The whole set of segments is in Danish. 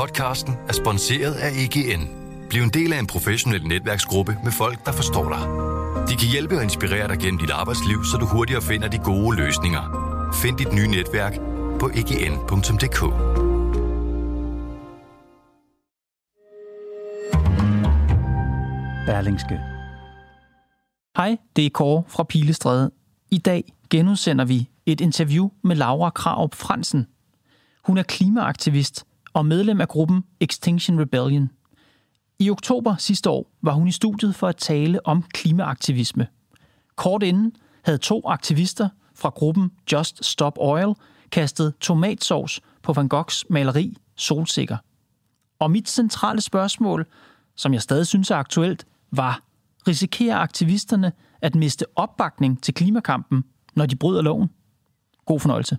Podcasten er sponsoreret af EGN. Bliv en del af en professionel netværksgruppe med folk, der forstår dig. De kan hjælpe og inspirere dig gennem dit arbejdsliv, så du hurtigere finder de gode løsninger. Find dit nye netværk på egn.dk. Berlingske. Hej, det er Kåre fra Pilestræde. I dag genudsender vi et interview med Laura Krarup Frandsen. Hun er klimaaktivist og medlem af gruppen Extinction Rebellion. I oktober sidste år var hun i studiet for at tale om klimaaktivisme. Kort inden havde 2 aktivister fra gruppen Just Stop Oil kastet tomatsauce på Van Goghs maleri Solsikker. Og mit centrale spørgsmål, som jeg stadig synes er aktuelt, var: risikerer aktivisterne at miste opbakning til klimakampen, når de bryder loven? God fornøjelse.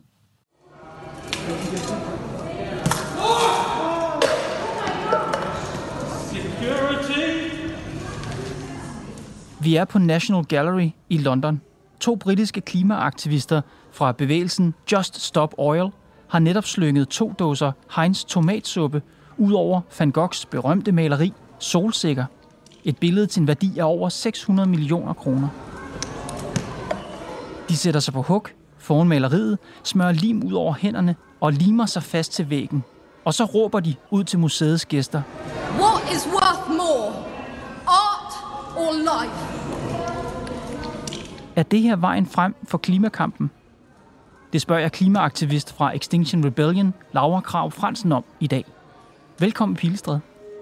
Vi er på National Gallery i London. 2 britiske klimaaktivister fra bevægelsen Just Stop Oil har netop slynget 2 dåser Heinz tomatsuppe ud over Van Goghs berømte maleri Solsikker. Et billede til en værdi af over 600 millioner kroner. De sætter sig på hug foran maleriet, smører lim ud over hænderne og limer sig fast til væggen. Og så råber de ud til museets gæster: What is worth more? Art or life? Er det her vejen frem for klimakampen? Det spørger jeg klimaaktivist fra Extinction Rebellion, Laura Krarup Frandsen, om i dag. Velkommen i Pilestræde.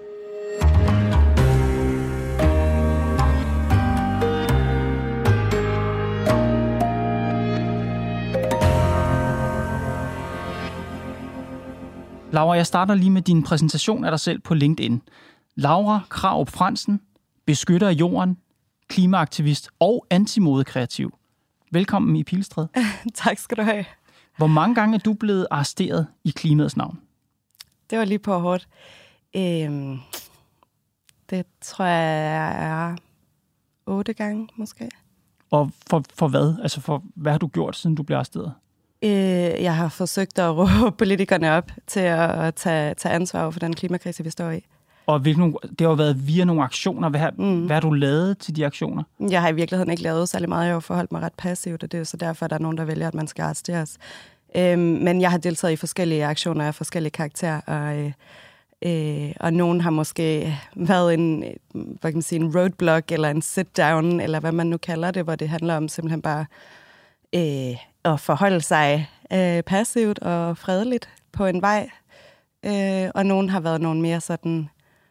Laura, jeg starter lige med din præsentation af dig selv på LinkedIn. Laura Krarup Frandsen, beskytter af jorden, klimaaktivist og antimodekreativ. Velkommen i Pilestræde. Tak skal du have. Hvor mange gange er du blevet arresteret i klimaets navn? Det var lige på hårdt. Det tror jeg er 8 gange måske. Og for hvad? Altså hvad har du gjort, siden du blev arresteret? Jeg har forsøgt at råbe politikerne op til at tage ansvar for den klimakrise, vi står i. Og det har jo været via nogle aktioner. Hvad har du lavet til de aktioner? Jeg har i virkeligheden ikke lavet særlig meget. Jeg har forholdt mig ret passivt, og det er jo så derfor, at der er nogen, der vælger, at man skal arresteres. Men jeg har deltaget i forskellige aktioner af forskellige karakterer, og nogen har måske været en roadblock, eller en sit-down, eller hvad man nu kalder det, hvor det handler om simpelthen bare at forholde sig passivt og fredeligt på en vej. Og nogen har været nogle mere sådan,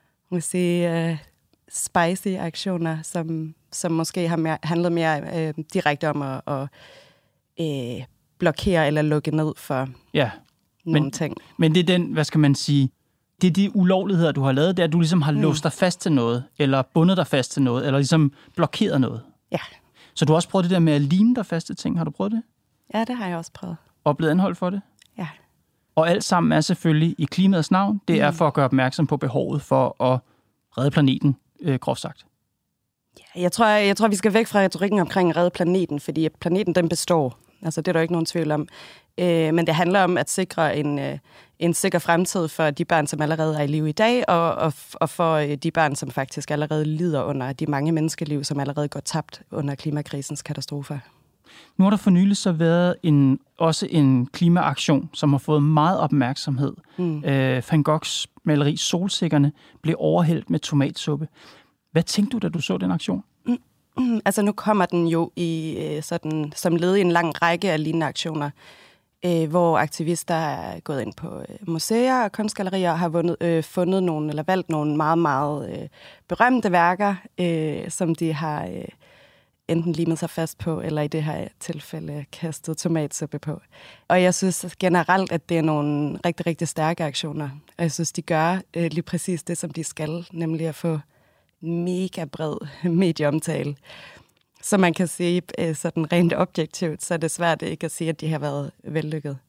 spicy aktioner, som måske har handlet mere direkte om at blokere eller lukke ned for nogle ting. Men det er den, hvad skal man sige, det er de ulovligheder, du har lavet, det er, at du ligesom har låst dig fast til noget, eller bundet dig fast til noget, eller ligesom blokeret noget. Ja. Så du har også prøvet det der med at lime dig fast til ting. Har du prøvet det? Ja, det har jeg også prøvet. Og blevet anholdt for det? Ja. Og alt sammen er selvfølgelig i klimaets navn. Det er for at gøre opmærksom på behovet for at redde planeten, groft sagt. Ja, jeg tror, vi skal væk fra retorikken omkring at redde planeten, fordi planeten, den består. Altså, det er der ikke nogen tvivl om. Men det handler om at sikre en sikker fremtid for de børn, som allerede er i live i dag, og for de børn, som faktisk allerede lider under de mange menneskeliv, som allerede går tabt under klimakrisens katastrofer. Nu har der for nylig så været også en klimaaktion, som har fået meget opmærksomhed. Van Goghs maleri Solsikkerne blev overhældt med tomatsuppe. Hvad tænkte du, da du så den aktion? Altså nu kommer den jo i som led i en lang række af lignende aktioner, hvor aktivister er gået ind på museer og kunstgallerier og har fundet nogle, eller valgt nogle meget, meget berømte værker, som de har enten limet sig fast på, eller i det her tilfælde kastet tomatsuppe på. Og jeg synes generelt, at det er nogle rigtig, rigtig stærke aktioner. Og jeg synes, de gør lige præcis det, som de skal, nemlig at få mega bred medieomtale. Så man kan sige, sådan rent objektivt, så er det svært ikke at sige, at de har været vellykket.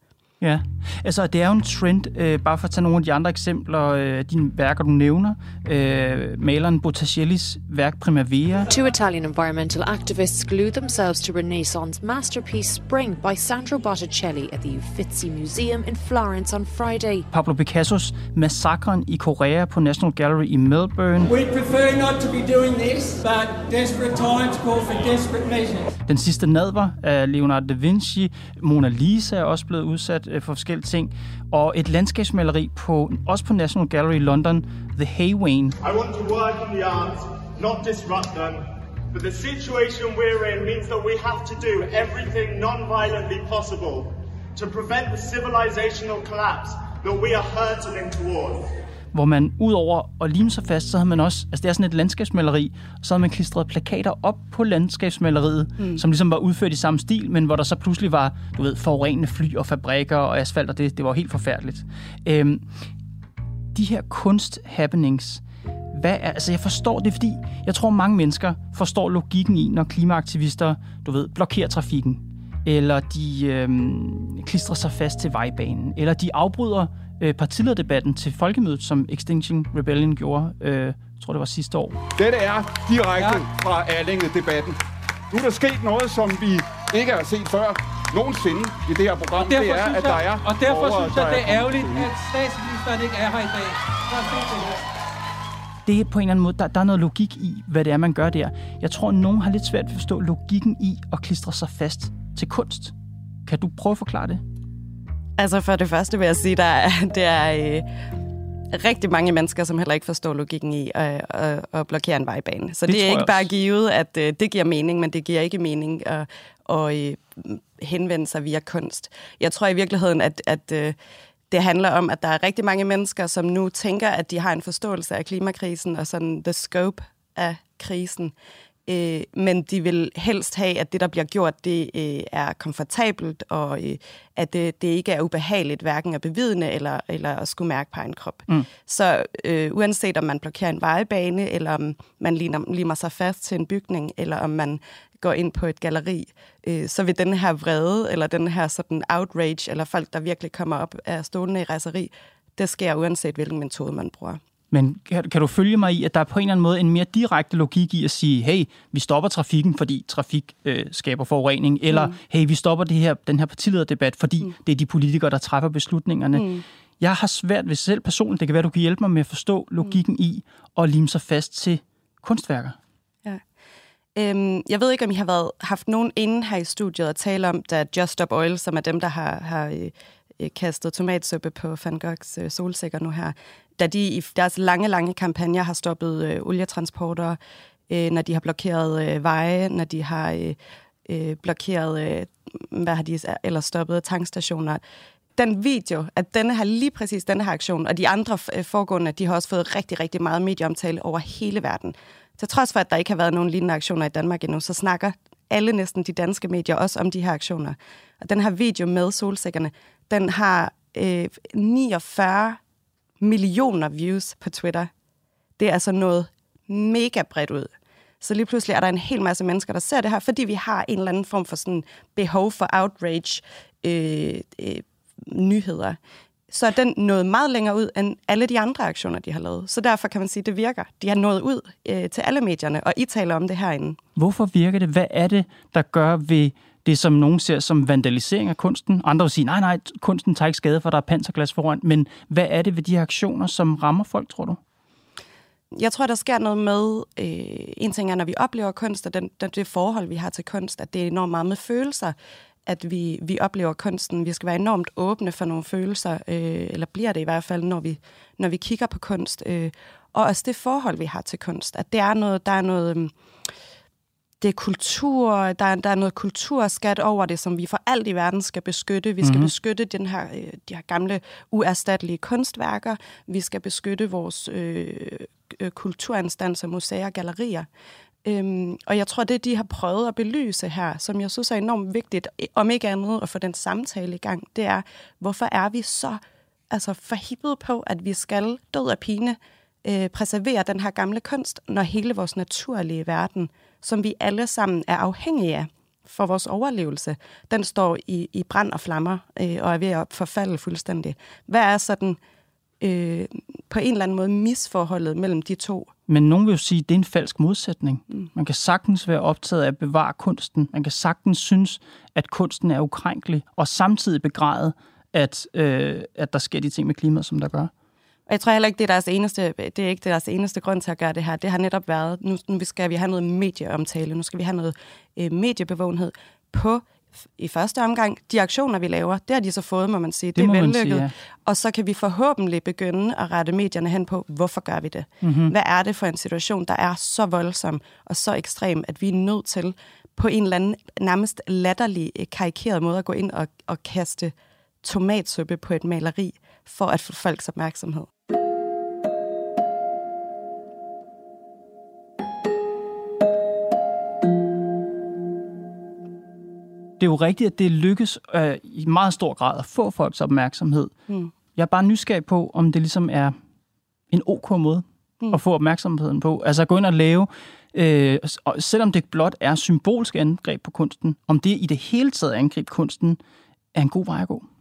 Ja, altså det er jo en trend, bare for at tage nogle af de andre eksempler, dine værker, du nævner. Maleren Botticellis værk Primavera. 2 Italian environmental activists glued themselves to Renaissance masterpiece Spring by Sandro Botticelli at the Uffizi Museum in Florence on Friday. Pablo Picassos Massakren i Korea på National Gallery i Melbourne. We prefer not to be doing this, but desperate times call for desperate measures. Den sidste nadver af Leonardo da Vinci. Mona Lisa er også blevet udsat for forskellige ting. Og et landskabsmaleri også på National Gallery i London, The Hay Wain. I want to work in the arts, not disrupt them. But the situation we're in means that we have to do everything non-violently possible to prevent the civilizational collapse that we are hurtling towards. Hvor man udover at lime sig fast, så havde man også, altså det er sådan et landskabsmaleri, så havde man klistret plakater op på landskabsmaleriet, som ligesom var udført i samme stil, men hvor der så pludselig var, du ved, forurenende fly og fabrikker og asfalt, og det var helt forfærdeligt. De her kunsthappenings, altså jeg forstår det, fordi jeg tror mange mennesker forstår logikken i, når klimaaktivister, du ved, blokerer trafikken, eller de klistrer sig fast til vejbanen, eller de afbryder partilederdebatten til folkemødet, som Extinction Rebellion gjorde, jeg tror det var sidste år. Dette er direkte fra Allinge-debatten. Nu er der sket noget, som vi ikke har set før nogensinde i det her program. Det er, at der er... Og derfor synes jeg, det er ærgerligt, at statsministeren ikke er her i dag. Det er på en eller anden måde, der er noget logik i, hvad det er, man gør der. Jeg tror, at nogen har lidt svært ved at forstå logikken i at klistre sig fast til kunst. Kan du prøve at forklare det? Altså for det første vil jeg sige, at det er rigtig mange mennesker, som heller ikke forstår logikken i at blokere en vejbane. Så det er ikke bare givet, at det giver mening, men det giver ikke mening at henvende sig via kunst. Jeg tror i virkeligheden, at det handler om, at der er rigtig mange mennesker, som nu tænker, at de har en forståelse af klimakrisen og sådan the scope af krisen. Men de vil helst have, at det, der bliver gjort, det er komfortabelt, og at det ikke er ubehageligt, hverken at bevidne eller at skulle mærke på en krop. Så uanset om man blokerer en vejbane, eller om man limer sig fast til en bygning, eller om man går ind på et galleri, så vil den her vrede, eller den her sådan outrage, eller folk, der virkelig kommer op af stolene i raseri, det sker uanset hvilken metode man bruger. Men kan du følge mig i, at der er på en eller anden måde en mere direkte logik i at sige, hey, vi stopper trafikken, fordi trafik skaber forurening, eller hey, vi stopper den her partilederdebat, fordi det er de politikere, der træffer beslutningerne. Jeg har svært ved selv personligt, det kan være, du kan hjælpe mig med at forstå logikken i at lime sig fast til kunstværker. Ja. Jeg ved ikke, om I har haft nogen inden her i studiet at tale om, da Just Stop Oil, som er dem, der har kastet tomatsuppe på Van Goghs solsikker nu her, da de i deres lange kampagner har stoppet olietransporter, når de har blokeret veje, når de har blokeret, hvad har de ellers stoppet, tankstationer. Den video, at lige præcis denne her aktion, og de andre foregående, de har også fået rigtig, rigtig meget medieomtale over hele verden. Til trods for, at der ikke har været nogen lignende aktioner i Danmark endnu, så snakker alle næsten de danske medier også om de her aktioner. Og den her video med solsikkerne, den har 49 millioner views på Twitter. Det er altså noget mega bredt ud. Så lige pludselig er der en hel masse mennesker, der ser det her, fordi vi har en eller anden form for sådan behov for outrage nyheder. Så er den nået meget længere ud end alle de andre aktioner, de har lavet. Så derfor kan man sige, at det virker. De har nået ud til alle medierne, og I taler om det herinde. Hvorfor virker det? Hvad er det, der gør ved det, som nogen ser som vandalisering af kunsten? Andre vil sige, nej, kunsten tager ikke skade, for der er panserglas foran. Men hvad er det ved de her aktioner, som rammer folk, tror du? Jeg tror, der sker noget med, en ting er, når vi oplever kunst, og det forhold, vi har til kunst, at det er enormt meget med følelser, at vi oplever kunsten. Vi skal være enormt åbne for nogle følelser, eller bliver det i hvert fald, når vi kigger på kunst. Og også det forhold, vi har til kunst, at det er noget, det er kultur, der er noget kulturskat over det, som vi for alt i verden skal beskytte. Vi skal beskytte de her gamle, uerstattelige kunstværker. Vi skal beskytte vores kulturinstanser, museer, gallerier. Og jeg tror, det de har prøvet at belyse her, som jeg synes er enormt vigtigt, om ikke andet at få den samtale i gang, det er, hvorfor er vi så forhippet på, at vi skal død af pine preservere den her gamle kunst, når hele vores naturlige verden, som vi alle sammen er afhængige af, for vores overlevelse, den står i brand og flammer og er ved at forfalde fuldstændig. Hvad er sådan på en eller anden måde misforholdet mellem de to? Men nogen vil jo sige, at det er en falsk modsætning. Man kan sagtens være optaget af at bevare kunsten. Man kan sagtens synes, at kunsten er ukrænkelig, og samtidig begræde, at der sker de ting med klimaet, som der gør. Og jeg tror heller ikke, det er ikke deres eneste grund til at gøre det her. Det har netop været, nu skal vi have noget medieomtale, nu skal vi have noget mediebevågenhed på i første omgang. De aktioner, vi laver, det har de så fået, må man sige. Det er vellykket. Ja. Og så kan vi forhåbentlig begynde at rette medierne hen på, hvorfor gør vi det? Mm-hmm. Hvad er det for en situation, der er så voldsom og så ekstrem, at vi er nødt til på en eller anden nærmest latterlig, karikeret måde at gå ind og kaste tomatsuppe på et maleri for at få folks opmærksomhed. Det er jo rigtigt, at det lykkes i meget stor grad at få folks opmærksomhed. Jeg er bare nysgerrig på, om det ligesom er en ok måde at få opmærksomheden på. Altså at gå ind og lave, selvom det blot er symbolsk angreb på kunsten, om det i det hele taget angreb kunsten, er en god vej at gå.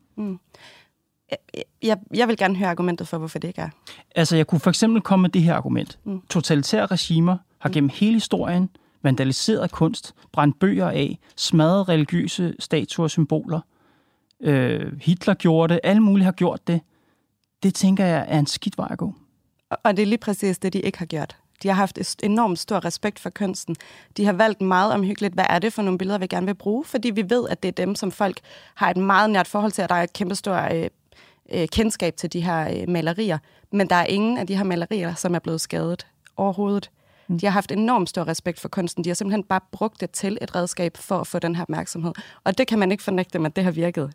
Jeg vil gerne høre argumentet for, hvorfor det ikke er. Altså jeg kunne for eksempel komme med det her argument. Totalitære regimer har gennem hele historien vandaliseret kunst, brændt bøger af, smadret religiøse statuer og symboler. Hitler gjorde det, alle mulige har gjort det. Det tænker jeg er en skidt vej at gå. Og det er lige præcis det, de ikke har gjort. De har haft enormt stor respekt for kunsten. De har valgt meget omhyggeligt, hvad er det for nogle billeder, vi gerne vil bruge, fordi vi ved, at det er dem, som folk har et meget nært forhold til, at der er et kæmpestort kendskab til de her malerier. Men der er ingen af de her malerier, som er blevet skadet overhovedet. De har haft enormt stor respekt for kunsten. De har simpelthen bare brugt det til et redskab for at få den her opmærksomhed. Og det kan man ikke fornægte dem, at det har virket.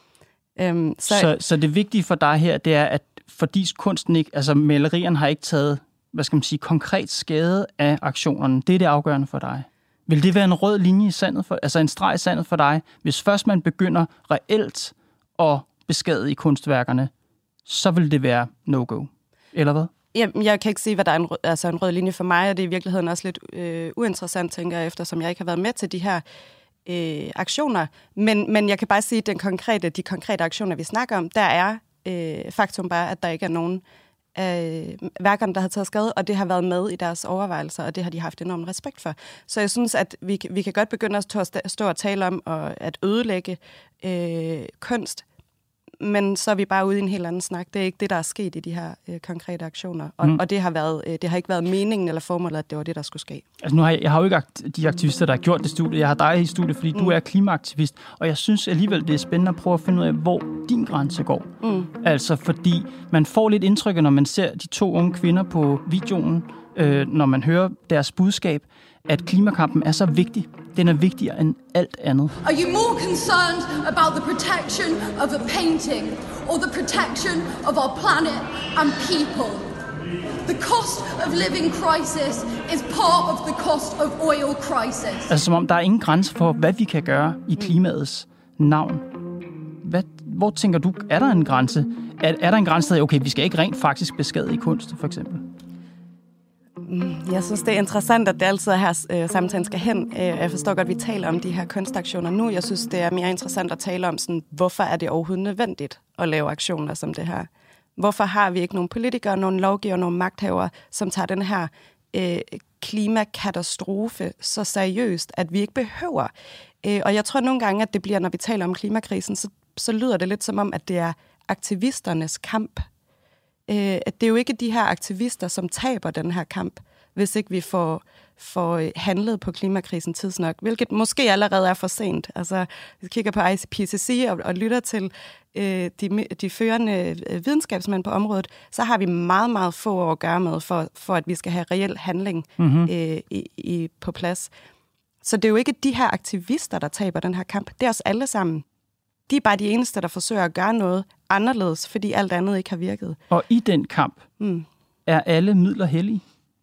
Så det vigtige for dig her, det er, at fordi kunsten ikke, altså malerierne har ikke taget, hvad skal man sige, konkret skade af aktionerne. Det er det afgørende for dig. Vil det være en rød linje i sandet, altså en streg i sandet for dig, hvis først man begynder reelt at beskadige kunstværkerne, så vil det være no-go, eller hvad? Jeg kan ikke sige, hvad der er en rød linje for mig, og det er i virkeligheden også lidt uinteressant, tænker jeg, eftersom jeg ikke har været med til de her aktioner. Men jeg kan bare sige, at de konkrete aktioner, vi snakker om, der er faktum bare, at der ikke er nogen værkerne, der har taget skade, og det har været med i deres overvejelser, og det har de haft enorm respekt for. Så jeg synes, at vi kan godt begynde at stå og tale om at ødelægge kunst, men så er vi bare ude i en helt anden snak. Det er ikke det, der er sket i de her konkrete aktioner. Og det har ikke været meningen eller formålet, at det var det, der skulle ske. Altså jeg har jo ikke de aktivister, der har gjort det studie. Jeg har dig i studiet, fordi du er klimaaktivist. Og jeg synes alligevel, det er spændende at prøve at finde ud af, hvor din grænse går. Altså fordi man får lidt indtryk, når man ser de to unge kvinder på videoen, når man hører deres budskab, at klimakampen er så vigtig. Den er vigtigere end alt andet. Are you more concerned about the protection of a painting or the protection of our planet and people? The cost of living crisis is part of the cost of oil crisis. Altså som om der er ingen grænse for, hvad vi kan gøre i klimaets navn. Hvor tænker du, er der en grænse? Er der en grænse, der okay, vi skal ikke rent faktisk beskadige kunst, for eksempel? Jeg synes, det er interessant, at det altid er her, samtalen skal hen. Jeg forstår godt, at vi taler om de her kunstaktioner nu. Jeg synes, det er mere interessant at tale om, sådan, hvorfor er det overhovedet nødvendigt at lave aktioner som det her? Hvorfor har vi ikke nogen politikere, nogen lovgivere, nogen magthavere, som tager den her klimakatastrofe så seriøst, at vi ikke behøver? Og jeg tror nogle gange, at det bliver, når vi taler om klimakrisen, så lyder det lidt som om, at det er aktivisternes kamp. At det er jo ikke de her aktivister, som taber den her kamp, hvis ikke vi får handlet på klimakrisen tidsnok, hvilket måske allerede er for sent. Altså, hvis vi kigger på IPCC og lytter til de førende videnskabsmænd på området, så har vi meget, meget få år at gøre med, for at vi skal have reel handling på plads. Så det er jo ikke de her aktivister, der taber den her kamp. Det er os alle sammen. De er bare de eneste, der forsøger at gøre noget anderledes, fordi alt andet ikke har virket. Og i den kamp er alle midler hellige?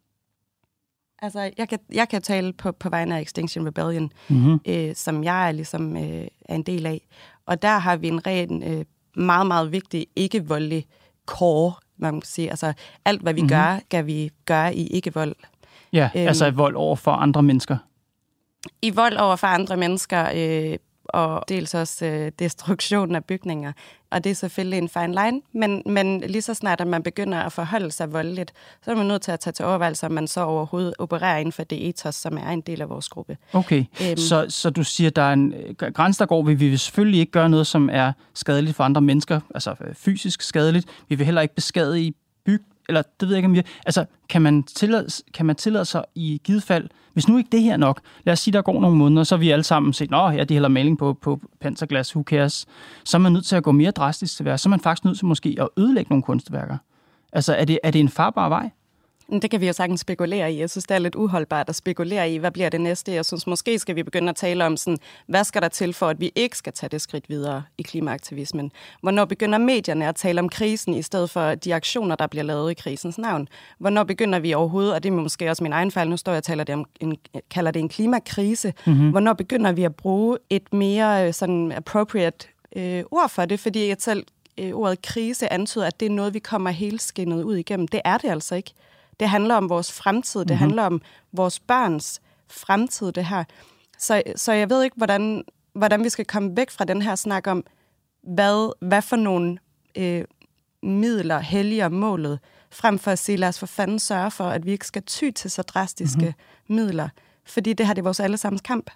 Altså, jeg kan tale på vegne af Extinction Rebellion, som jeg ligesom er en del af. Og der har vi en ren, meget, meget vigtig, ikke-voldelig core, man kan sige. Altså, alt, hvad vi gør, skal vi gøre i ikke-vold. Ja, altså vold over for andre mennesker. i vold over for andre mennesker, og dels også destruktion af bygninger. Og det er selvfølgelig en fine line, men lige så snart, at man begynder at forholde sig voldeligt, så er man nødt til at tage til overvejelse, om man så overhovedet opererer inden for det ethos, som er en del af vores gruppe. Okay, så du siger, at der er en grænse, der går, vi vil selvfølgelig ikke gøre noget, som er skadeligt for andre mennesker, altså fysisk skadeligt. Vi vil heller ikke beskadige eller det ved jeg ikke, om altså, kan man tillade sig i givet fald, hvis nu ikke det her nok, lad os sige, der går nogle måneder, så er vi alle sammen set, ja, de hælder maling på panserglas, who cares, så er man nødt til at gå mere drastisk til værk, så er man faktisk nødt til måske at ødelægge nogle kunstværker. Altså, er det en farbar vej? Det kan vi jo sagtens spekulere i. Jeg synes, det er lidt uholdbart at spekulere i, hvad bliver det næste. Jeg synes, måske skal vi begynde at tale om, sådan, hvad skal der til for, at vi ikke skal tage det skridt videre i klimaaktivismen? Hvornår begynder medierne at tale om krisen, i stedet for de aktioner, der bliver lavet i krisens navn? Hvornår begynder vi overhovedet, og det er måske også min egen fejl, nu står jeg og kalder det en klimakrise. Mm-hmm. Hvornår begynder vi at bruge et mere sådan appropriate ord for det? Fordi jeg selv ordet krise antyder, at det er noget, vi kommer helskindet ud igennem. Det er det altså ikke. Det handler om vores fremtid. Det handler om vores børns fremtid, det her. Så jeg ved ikke, hvordan vi skal komme væk fra den her snak om, hvad for nogle midler helliger målet, frem for at sige, lad os for fanden sørge for, at vi ikke skal ty til så drastiske midler. Fordi det her, det er vores allesammens kamp.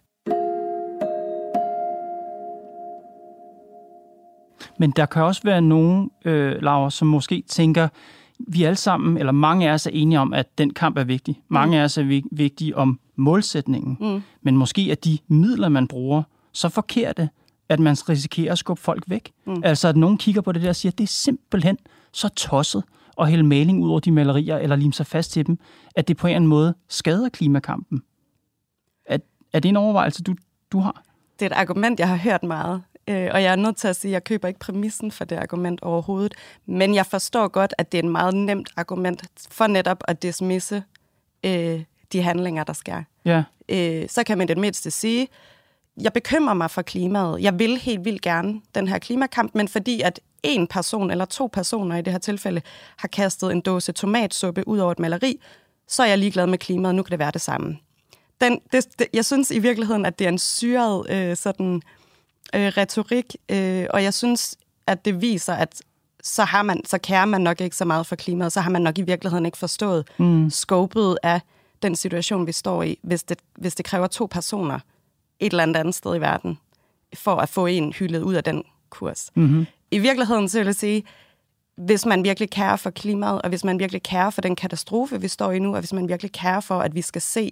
Men der kan også være nogen, Laura, som måske tænker, vi alle sammen, eller mange af os er enige om, at den kamp er vigtig. Mange af os er vigtige om målsætningen. Men måske er de midler, man bruger, så forkerte, at man risikerer at skubbe folk væk. Altså, at nogen kigger på det der og siger, at det er simpelthen så tosset at hælde maling ud over de malerier, eller lime sig fast til dem, at det på en eller anden måde skader klimakampen. Er det en overvejelse, du har? Det er et argument, jeg har hørt meget. Og jeg er nødt til at sige, at jeg køber ikke præmissen for det argument overhovedet. Men jeg forstår godt, at det er et meget nemt argument for netop at dismisse de handlinger, der sker. Ja. Så kan man det mindste sige, jeg bekymrer mig for klimaet. Jeg vil helt vildt gerne den her klimakamp, men fordi at en person eller 2 personer i det her tilfælde har kastet en dåse tomatsuppe ud over et maleri, så er jeg ligeglad med klimaet. Nu kan det være det samme. Jeg synes i virkeligheden, at det er en syret retorik, og jeg synes, at det viser, at så kærer man nok ikke så meget for klimaet, så har man nok i virkeligheden ikke forstået scopet af den situation, vi står i, hvis det kræver 2 personer et eller andet sted i verden, for at få en hyldet ud af den kurs. Mm-hmm. I virkeligheden, så vil jeg sige, hvis man virkelig kærer for klimaet, og hvis man virkelig kærer for den katastrofe, vi står i nu, og hvis man virkelig kærer for, at vi skal se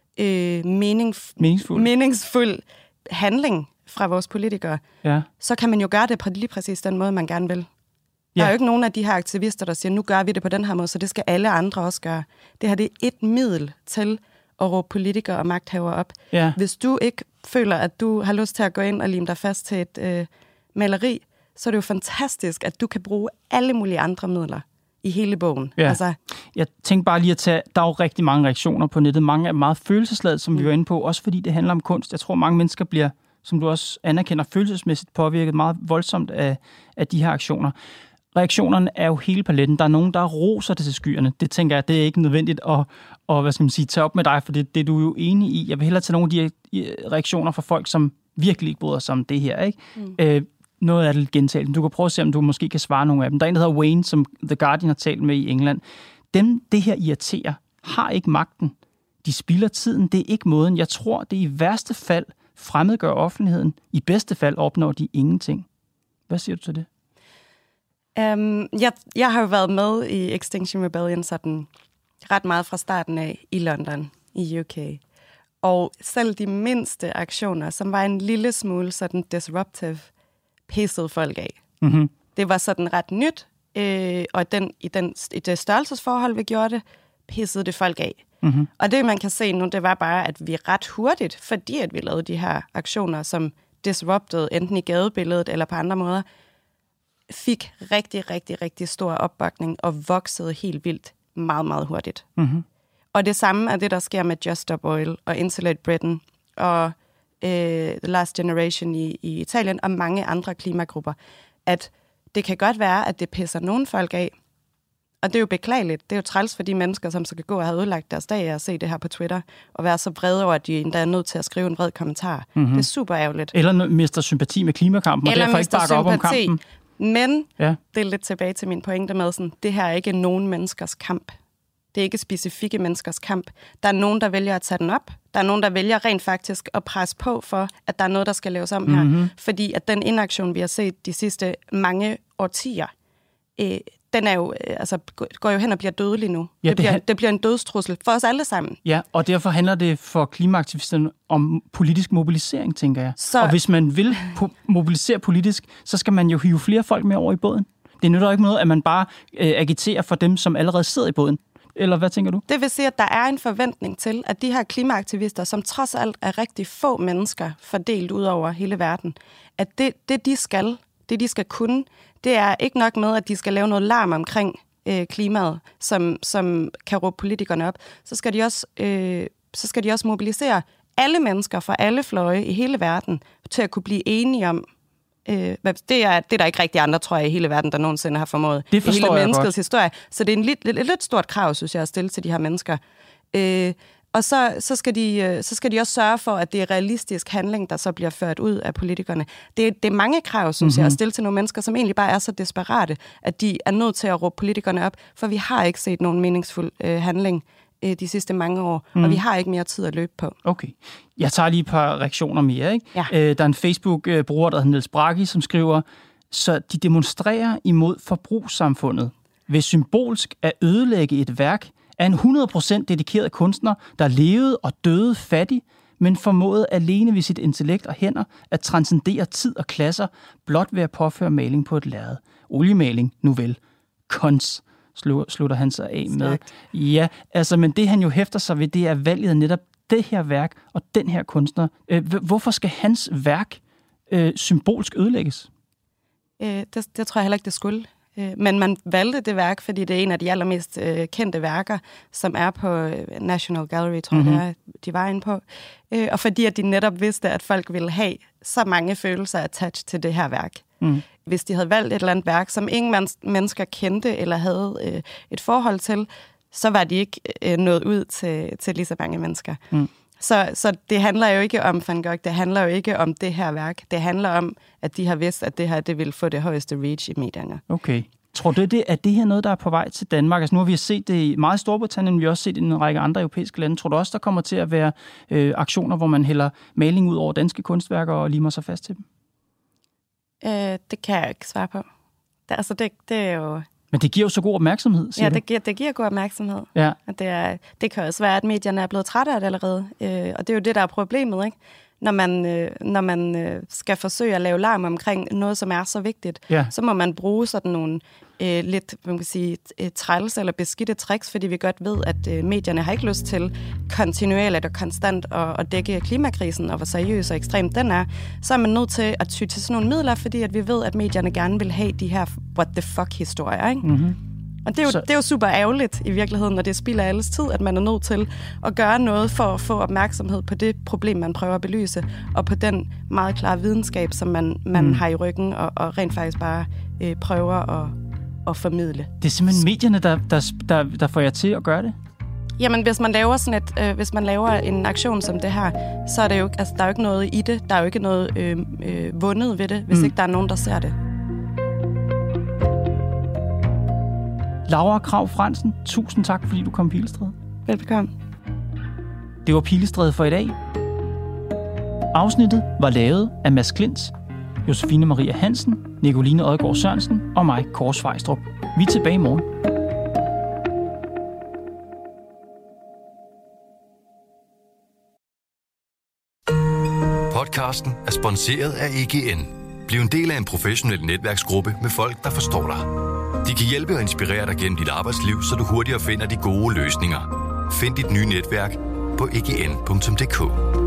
meningsfuld handling fra vores politikere, så kan man jo gøre det på lige præcis den måde, man gerne vil. Der er jo ikke nogen af de her aktivister, der siger, nu gør vi det på den her måde, så det skal alle andre også gøre. Det her, det er et middel til at råbe politikere og magthavere op. Ja. Hvis du ikke føler, at du har lyst til at gå ind og lime dig fast til et maleri, så er det jo fantastisk, at du kan bruge alle mulige andre midler i hele bogen. Ja. Altså, jeg tænkte bare lige at tage, der er jo rigtig mange reaktioner på nettet. Mange er meget følelsesladet, som vi var inde på, også fordi det handler om kunst. Jeg tror, mange mennesker bliver, som du også anerkender, følelsesmæssigt påvirket meget voldsomt af de her aktioner. Reaktionerne er jo hele paletten. Der er nogen, der roser det til skyerne. Det tænker jeg, det er ikke nødvendigt at hvad skal man sige, tage op med dig, for det er du jo enig i. Jeg vil hellere tage nogle af de reaktioner fra folk, som virkelig ikke bryder sig om det her, ikke? Noget af det gentalt. Du kan prøve at se, om du måske kan svare nogle af dem. Der er en, der hedder Wayne, som The Guardian har talt med i England. Dem, det her irriterer, har ikke magten. De spilder tiden. Det er ikke måden. Jeg tror, det i værste fald fremmedgør offentligheden. I bedste fald opnår de ingenting. Hvad siger du til det? Jeg har jo været med i Extinction Rebellion sådan ret meget fra starten af i London, i UK. Og selv de mindste aktioner, som var en lille smule sådan disruptive, pissede folk af. Mm-hmm. Det var sådan ret nyt, og i det størrelsesforhold, vi gjorde det, pissede det folk af. Mm-hmm. Og det, man kan se nu, det var bare, at vi ret hurtigt, fordi at vi lavede de her aktioner, som disrupted enten i gadebilledet eller på andre måder, fik rigtig, rigtig, rigtig stor opbakning og voksede helt vildt meget, meget hurtigt. Mm-hmm. Og det samme er det, der sker med Just Stop Oil og Insulate Britain og The Last Generation i Italien og mange andre klimagrupper. At det kan godt være, at det pisser nogle folk af, Og det er jo beklageligt. Det er jo træls for de mennesker, som så kan gå og have ødelagt deres dag og se det her på Twitter, og være så vrede over, at de endda er nødt til at skrive en vred kommentar. Mm-hmm. Det er super ærgerligt. Eller mister sympati med klimakampen, og derfor ikke bakker op om kampen. Men det er lidt tilbage til min pointe med, sådan, det her er ikke nogen menneskers kamp. Det er ikke specifikke menneskers kamp. Der er nogen, der vælger at tage den op. Der er nogen, der vælger rent faktisk at presse på for, at der er noget, der skal laves om her. Fordi at den inaktion, vi har set de sidste mange årtier, den er jo, går jo hen og bliver dødelig nu. Ja, det bliver en dødstrussel for os alle sammen. Ja, og derfor handler det for klimaaktivisterne om politisk mobilisering, tænker jeg. Og hvis man vil mobilisere politisk, så skal man jo hive flere folk med over i båden. Det nytter jo ikke noget, at man bare agiterer for dem, som allerede sidder i båden. Eller hvad tænker du? Det vil sige, at der er en forventning til, at de her klimaaktivister, som trods alt er rigtig få mennesker fordelt ud over hele verden, at det de skal kunne, det er ikke nok med, at de skal lave noget larm omkring klimaet, som kan råbe politikerne op. Så skal de også mobilisere alle mennesker fra alle fløje i hele verden til at kunne blive enige om. Det er der ikke rigtig andre, tror jeg, i hele verden, der nogensinde har formået. Det forstår hele jeg menneskets godt. Historie. Så det er et lidt stort krav, synes jeg, at stille til de her mennesker. Og så skal de også sørge for, at det er realistisk handling, der så bliver ført ud af politikerne. Det er mange krav, synes jeg, at stille til nogle mennesker, som egentlig bare er så desperate, at de er nødt til at råbe politikerne op, for vi har ikke set nogen meningsfuld handling de sidste mange år, og vi har ikke mere tid at løbe på. Okay. Jeg tager lige et par reaktioner mere, ikke? Ja. Der er en Facebook-bruger, der hedder Niels Bragi, som skriver, så de demonstrerer imod forbrugssamfundet ved symbolsk at ødelægge et værk af en 100% dedikeret kunstner, der levede og døde fattig, men formåede alene ved sit intellekt og hænder at transcendere tid og klasser, blot ved at påføre maling på et lærred. Oliemaling, nu vel. Kons, slutter han sig af med. Ja, men det han jo hæfter sig ved, det er valget af netop det her værk og den her kunstner. Hvorfor skal hans værk symbolsk ødelægges? Det tror jeg heller ikke, det skulle. Men man valgte det værk, fordi det er en af de allermest kendte værker, som er på National Gallery, tror jeg, det er, de var inde på. Og fordi at de netop vidste, at folk ville have så mange følelser attached til det her værk. Hvis de havde valgt et eller andet værk, som ingen mennesker kendte eller havde et forhold til, så var de ikke nået ud til lige så mange mennesker. Så det handler jo ikke om Van Gogh, det handler jo ikke om det her værk. Det handler om, at de har vidst, at det her det vil få det højeste reach i medierne. Okay. Tror du, er det her noget, der er på vej til Danmark? Altså nu har vi set det i meget Storbritannien, vi har også set det i en række andre europæiske lande. Tror du også, der kommer til at være aktioner, hvor man hælder maling ud over danske kunstværker og limer sig fast til dem? Det kan jeg ikke svare på. Det er jo... Men det giver jo så god opmærksomhed, siger du? Det giver god opmærksomhed. Ja. Og det kan også være, at medierne er blevet trætte af det allerede. Og det er jo det, der er problemet, ikke? Når man skal forsøge at lave larm omkring noget, som er så vigtigt, så må man bruge sådan nogle lidt, man kan sige, træls eller beskidte tricks, fordi vi godt ved, at medierne har ikke lyst til kontinuerligt og konstant at dække klimakrisen, og hvor seriøs og ekstrem den er. Så er man nødt til at ty til sådan nogle midler, fordi at vi ved, at medierne gerne vil have de her what the fuck-historier, ikke? Og det er jo super ærgerligt i virkeligheden, når det spilder alles tid, at man er nødt til at gøre noget for at få opmærksomhed på det problem, man prøver at belyse, og på den meget klare videnskab, som man har i ryggen, og rent faktisk bare prøver at formidle. Det er simpelthen medierne, der får jer til at gøre det? Jamen, hvis man laver en aktion som det her, så er det jo, der er jo ikke noget i det, der er jo ikke noget vundet ved det, hvis ikke der er nogen, der ser det. Laura Krag Frandsen, tusind tak, fordi du kom i Pilestræde. Velbekomme. Det var Pilestræde for i dag. Afsnittet var lavet af Mads Klint, Josefine Maria Hansen, Nicoline Odgaard Sørensen og mig, Kåre Svejstrup. Vi er tilbage i morgen. Podcasten er sponsoreret af EGN. Bliv en del af en professionel netværksgruppe med folk, der forstår dig. De kan hjælpe og inspirere dig gennem dit arbejdsliv, så du hurtigere finder de gode løsninger. Find dit nye netværk på egn.dk.